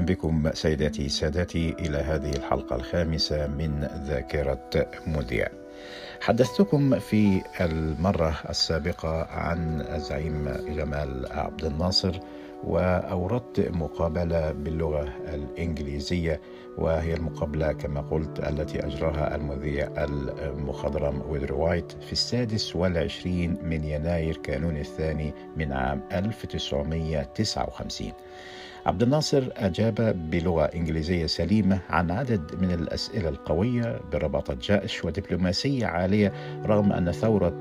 أهلا بكم سيداتي سادتي إلى هذه الحلقة الخامسة من ذاكرة مذيع. حدثتكم في المرة السابقة عن الزعيم جمال عبد الناصر، وأوردت مقابلة باللغة الإنجليزية، وهي المقابلة كما قلت التي أجراها المذيع المخضرم ويدر وايت في 26 من يناير كانون الثاني من عام 1959. عبد الناصر أجاب بلغة إنجليزية سليمة عن عدد من الأسئلة القوية برباطة جأش ودبلوماسية عالية، رغم أن ثورة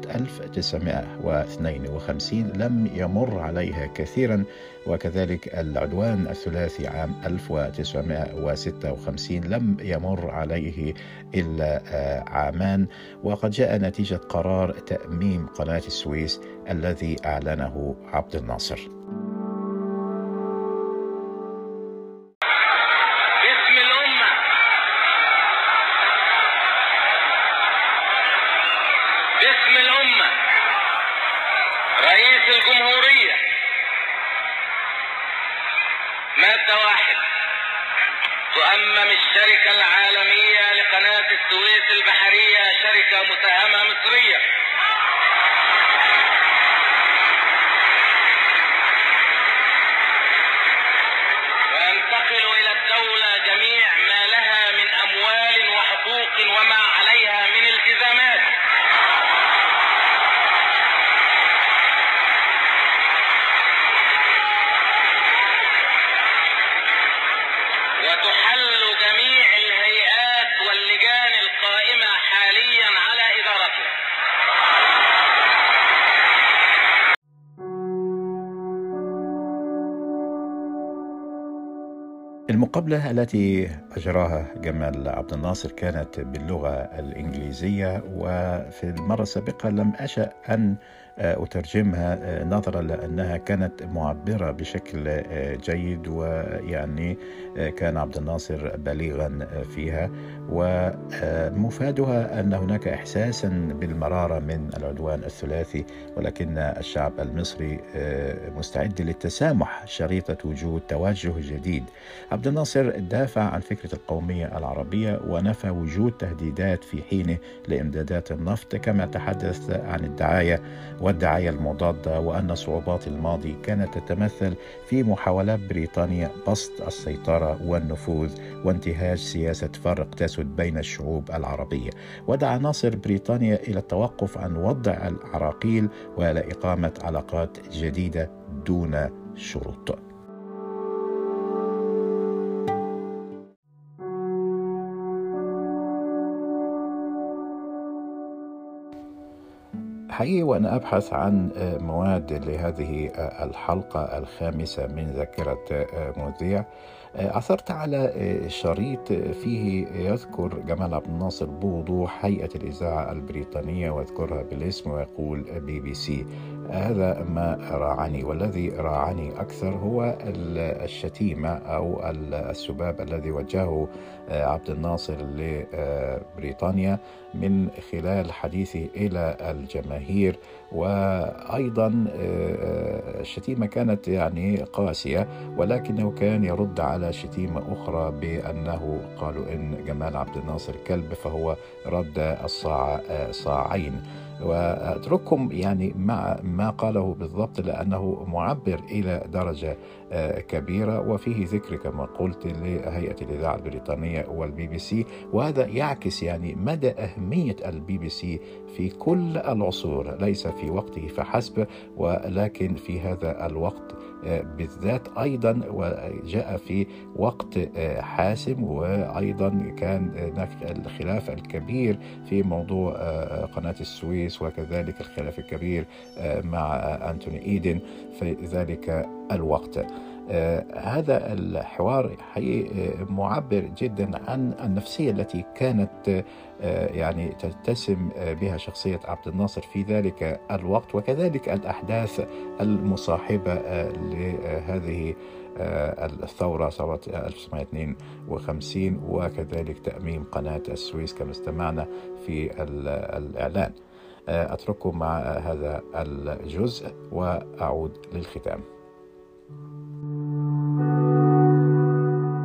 1952 لم يمر عليها كثيرا، وكذلك العدوان الثلاثي عام 1956 لم يمر عليه إلا عامان، وقد جاء نتيجة قرار تأميم قناة السويس الذي أعلنه عبد الناصر. باسم الأمة، رئيس الجمهورية. مادة 1: تؤمم الشركة العالمية لقناة السويس البحرية شركة مساهمة مصرية. وينتقل إلى الدولة جميع ما لها من أموال وحقوق وما عليها من التزامات. وتحل جميع الهيئات واللجان القائمة حاليا على إدارتها. المقابلة التي أجراها جمال عبد الناصر كانت باللغة الإنجليزية، وفي المرة السابقة لم أشأ أن أترجمها نظرا لأنها كانت معبرة بشكل جيد، ويعني كان عبد الناصر بليغا فيها، ومفادها أن هناك إحساسا بالمرارة من العدوان الثلاثي، ولكن الشعب المصري مستعد للتسامح شريطة وجود توجه جديد. عبد الناصر دافع عن فكرة القومية العربية ونفى وجود تهديدات في حينه لإمدادات النفط، كما تحدث عن الدعاية والدعاية المضادة، وأن صعوبات الماضي كانت تتمثل في محاولات بريطانيا بسط السيطرة والنفوذ وانتهاج سياسة فرق تسد بين الشعوب العربية. ودعا ناصر بريطانيا إلى التوقف عن وضع العراقيل وإلى إقامة علاقات جديدة دون شروط. حقيقي وأنا أبحث عن مواد لهذه الحلقة الخامسة من ذاكرة مذيع، عثرت على شريط فيه يذكر جمال عبد الناصر بوضوح هيئة الإذاعة البريطانية ويذكرها بالاسم ويقول BBC. هذا ما راعني، والذي راعني أكثر هو الشتيمة أو السباب الذي وجهه عبد الناصر لبريطانيا من خلال حديثه إلى الجماهير، وأيضا الشتيمة كانت يعني قاسية، ولكنه كان يرد على شتيمة أخرى بأنه قالوا إن جمال عبد الناصر كلب، فهو رد الصاع صاعين. وأترككم يعني مع ما قاله بالضبط لأنه معبر إلى درجة كبيرة، وفيه ذكر كما قلت لهيئة الإذاعة البريطانية والBBC، وهذا يعكس يعني مدى أهمية الBBC في كل العصور، ليس في وقته فحسب ولكن في هذا الوقت بالذات أيضا، وجاء في وقت حاسم، وأيضا كان هناك الخلاف الكبير في موضوع قناة السويس، وكذلك الخلاف الكبير مع أنتوني إيدن في ذلك الوقت. هذا الحوار حقيقي معبر جدا عن النفسية التي كانت يعني تتسم بها شخصية عبد الناصر في ذلك الوقت، وكذلك الأحداث المصاحبة لهذه الثورة، ثورة 1952، وكذلك تأميم قناة السويس كما استمعنا في الإعلان. أترككم مع هذا الجزء وأعود للختام.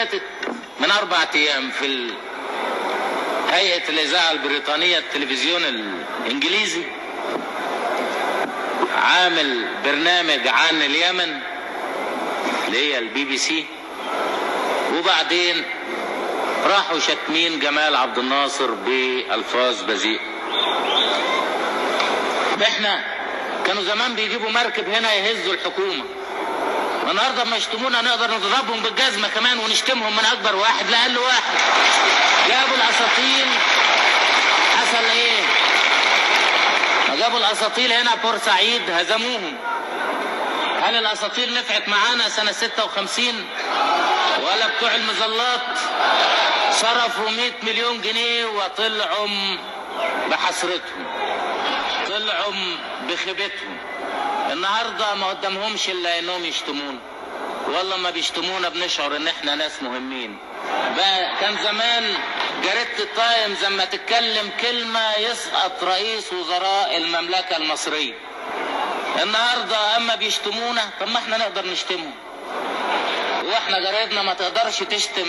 فاتت من 4 أيام في هيئة الإذاعة البريطانية التلفزيون الإنجليزي عامل برنامج عن اليمن اللي هي BBC، وبعدين راحوا شتمين جمال عبد الناصر بألفاظ بذيئة. احنا كانوا زمان بيجيبوا مركب هنا يهزوا الحكومة، النهارده ما يشتمونا نقدر نضربهم بالجزمة كمان ونشتمهم من أكبر واحد لأقل واحد. جابوا الأساطيل، حصل إيه؟ جابوا الأساطيل هنا بورسعيد هزموهم. هل الأساطيل نفعت معانا سنة 56 ولا بتوع المظلات صرفوا 100 مليون جنيه وطلعوا بحسرتهم، طلعوا بخيبتهم؟ النهارده ما قدامهمش الا انهم يشتمونا، والله ما بيشتمونا بنشعر ان احنا ناس مهمين. بقى كان زمان جريدة التايمز لما تتكلم كلمة يسقط رئيس وزراء المملكة المصرية. النهارده اما بيشتمونا، طب ما احنا نقدر نشتمهم، واحنا جريدنا ما تقدرش تشتم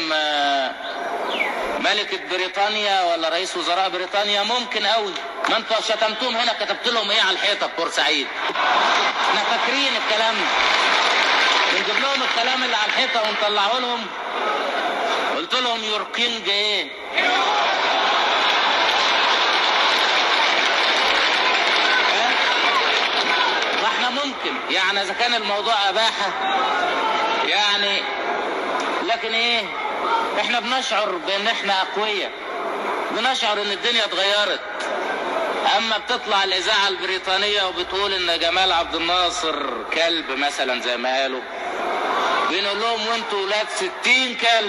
ملكة بريطانيا ولا رئيس وزراء بريطانيا؟ ممكن قوي. ما انتوا شتمتوهم هنا كتبت لهم ايه على الحيطة في بورسعيد؟ احنا فاكرين الكلام، بنجيب لهم الكلام اللي على الحيطة ونطلعه لهم. قلت لهم يور كينج ايه؟ واحنا ممكن يعني اذا كان الموضوع اباحة يعني، لكن ايه، احنا بنشعر بان احنا اقوياء، بنشعر ان الدنيا اتغيرت. اما بتطلع الاذاعة البريطانية وبتقول ان جمال عبد الناصر كلب مثلا زي ما قالوا، بنقول لهم وانتوا ولاد 60 كلب.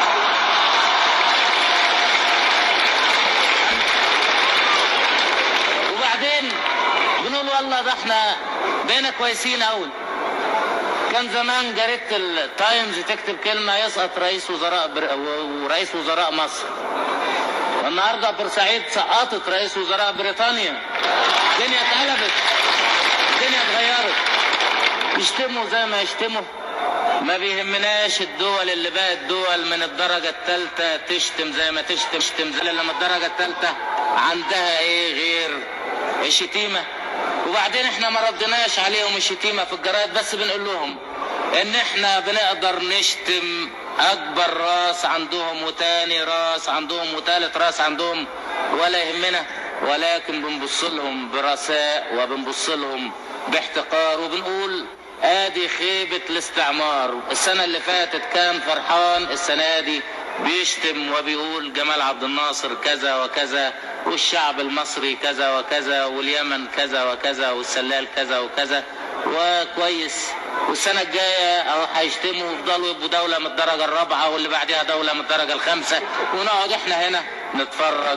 وبعدين بنقول والله ده احنا بقينا كويسين قوي. كان زمان جريدة التايمز تكتب كلمة يسقط رئيس وزراء مصر، والنهارده بورسعيد سقطت رئيس وزراء بريطانيا. الدنيا اتقلبت، الدنيا اتغيرت. يشتموا زي ما يشتموا، ما بيهمناش. الدول اللي بقت دول من الدرجة الثالثة تشتم زي ما تشتم، زي لما الدرجة الثالثة عندها ايه غير الشتيمة؟ وبعدين احنا ما ردناش عليهم الشتيمة في الجرايد، بس بنقول لهم ان احنا بنقدر نشتم اكبر راس عندهم وتاني راس عندهم وتالت راس عندهم ولا يهمنا، ولكن بنبص لهم برثاء وبنبص لهم باحتقار وبنقول ادي خيبة الاستعمار. السنة اللي فاتت كان فرحان، السنة دي بيشتم وبيقول جمال عبد الناصر كذا وكذا، والشعب المصري كذا وكذا، واليمن كذا وكذا، والسلال كذا وكذا، وكويس. والسنة الجاية اهو هيشتموا ويفضلوا يبقوا دولة من الدرجة الرابعة، واللي بعدها دولة من الدرجة الخامسة، ونقعد احنا هنا نتفرج.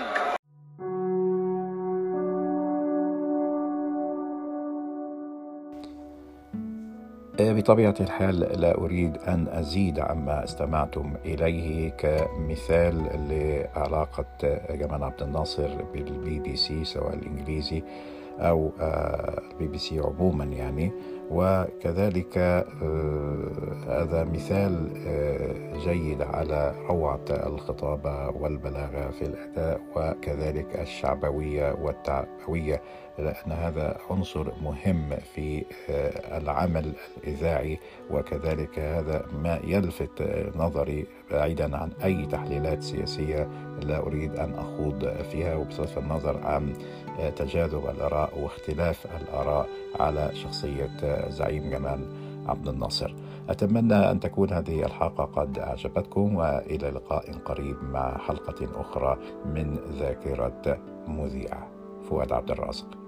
بطبيعة الحال لا أريد أن أزيد عما استمعتم إليه كمثال لعلاقة جمال عبد الناصر بالBBC سواء الإنجليزي أو الBBC عموما يعني، وكذلك هذا مثال جيد على روعة الخطابة والبلاغة في الأداء وكذلك الشعبوية والتعبوية، لأن هذا عنصر مهم في العمل الإذاعي، وكذلك هذا ما يلفت نظري بعيدا عن أي تحليلات سياسية لا أريد أن أخوض فيها، وبصرف النظر عن تجاذب الآراء واختلاف الآراء على شخصية زعيم جمال عبد الناصر. أتمنى أن تكون هذه الحلقة قد أعجبتكم، وإلى لقاء قريب مع حلقة أخرى من ذاكرة مذيع. فؤاد عبد الرازق.